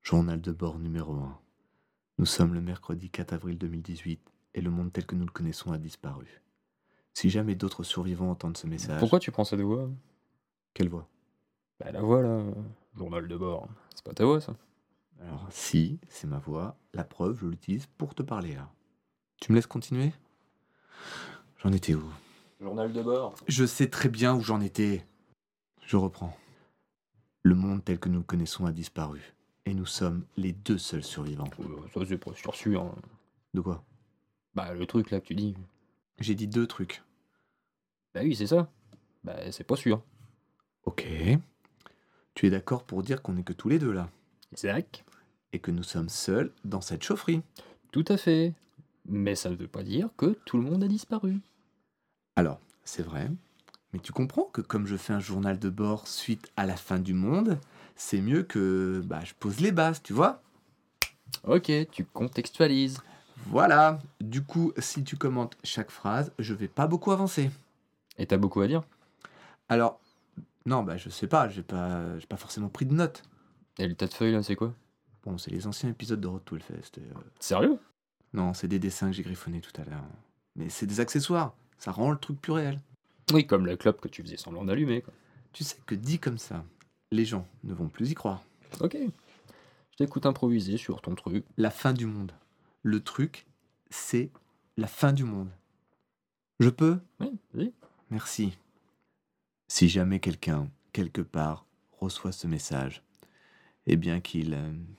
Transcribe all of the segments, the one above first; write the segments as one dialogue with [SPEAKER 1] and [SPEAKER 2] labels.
[SPEAKER 1] Journal de bord numéro 1. Nous sommes le mercredi 4 avril 2018 et le monde tel que nous le connaissons a disparu. Si jamais d'autres survivants entendent ce message...
[SPEAKER 2] Pourquoi tu prends cette voix?
[SPEAKER 1] Quelle voix?
[SPEAKER 2] Bah la voix là, journal de bord. C'est pas ta voix ça?
[SPEAKER 1] Alors si, c'est ma voix. La preuve, je l'utilise pour te parler là. Tu me laisses continuer? J'en étais où?
[SPEAKER 2] Journal de bord.
[SPEAKER 1] Je sais très bien où j'en étais. Je reprends. Le monde tel que nous le connaissons a disparu. Et nous sommes les deux seuls survivants.
[SPEAKER 2] Ça c'est pas sûr. Hein.
[SPEAKER 1] De quoi?
[SPEAKER 2] Bah le truc là que tu dis.
[SPEAKER 1] J'ai dit deux trucs.
[SPEAKER 2] Bah oui c'est ça. Bah c'est pas sûr.
[SPEAKER 1] Ok. Tu es d'accord pour dire qu'on n'est que tous les deux là?
[SPEAKER 2] Exact.
[SPEAKER 1] Et que nous sommes seuls dans cette chaufferie.
[SPEAKER 2] Tout à fait. Mais ça ne veut pas dire que tout le monde a disparu.
[SPEAKER 1] Alors, c'est vrai. Mais tu comprends que comme je fais un journal de bord suite à la fin du monde, c'est mieux que je pose les bases, tu vois?
[SPEAKER 2] Ok, tu contextualises.
[SPEAKER 1] Voilà. Du coup, si tu commentes chaque phrase, je vais pas beaucoup avancer.
[SPEAKER 2] Et t'as beaucoup à dire?
[SPEAKER 1] Alors, non, je sais pas, j'ai pas forcément pris de notes.
[SPEAKER 2] Et le tas de feuilles là c'est quoi?
[SPEAKER 1] Bon, c'est les anciens épisodes de Road to Hellfest.
[SPEAKER 2] Sérieux?
[SPEAKER 1] Non, c'est des dessins que j'ai griffonnés tout à l'heure. Mais c'est des accessoires, ça rend le truc plus réel.
[SPEAKER 2] Oui, comme la clope que tu faisais semblant d'allumer quoi.
[SPEAKER 1] Tu sais que dit comme ça, les gens ne vont plus y croire.
[SPEAKER 2] Ok. Je t'écoute improviser sur ton truc.
[SPEAKER 1] La fin du monde. Le truc, c'est la fin du monde. Je peux?
[SPEAKER 2] Oui, vas-y.
[SPEAKER 1] Merci. Si jamais quelqu'un, quelque part, reçoit ce message, eh bien qu'il...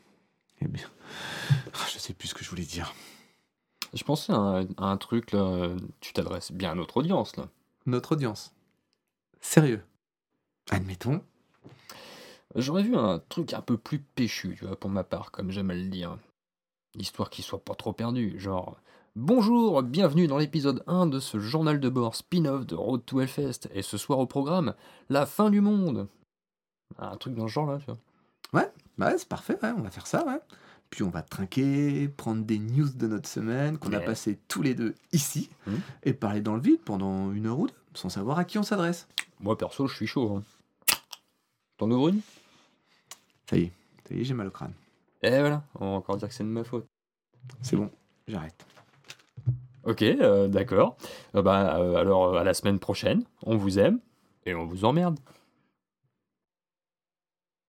[SPEAKER 1] je sais plus ce que je voulais dire.
[SPEAKER 2] Je pensais à un truc là, tu t'adresses bien à notre audience là.
[SPEAKER 1] Notre audience. Sérieux. Admettons.
[SPEAKER 2] J'aurais vu un truc un peu plus péchu, tu vois, pour ma part, comme j'aime à le dire. Histoire qu'il soit pas trop perdu, genre... Bonjour, bienvenue dans l'épisode 1 de ce journal de bord spin-off de Road to Hellfest, et ce soir au programme, la fin du monde. Un truc dans ce genre là, tu vois.
[SPEAKER 1] Ouais, c'est parfait, ouais, on va faire ça, ouais. Puis on va trinquer, prendre des news de notre semaine qu'on a
[SPEAKER 2] Ouais.
[SPEAKER 1] passé tous les deux ici,
[SPEAKER 2] Mhm.
[SPEAKER 1] et parler dans le vide pendant 1 heure ou 2, sans savoir à qui on s'adresse.
[SPEAKER 2] Moi perso, je suis chaud. Hein. T'en ouvres une?
[SPEAKER 1] Ça y est, j'ai mal au crâne.
[SPEAKER 2] Et voilà, on va encore dire que c'est de ma faute.
[SPEAKER 1] C'est bon, j'arrête.
[SPEAKER 2] Ok, d'accord. Alors à la semaine prochaine, on vous aime, et on vous emmerde.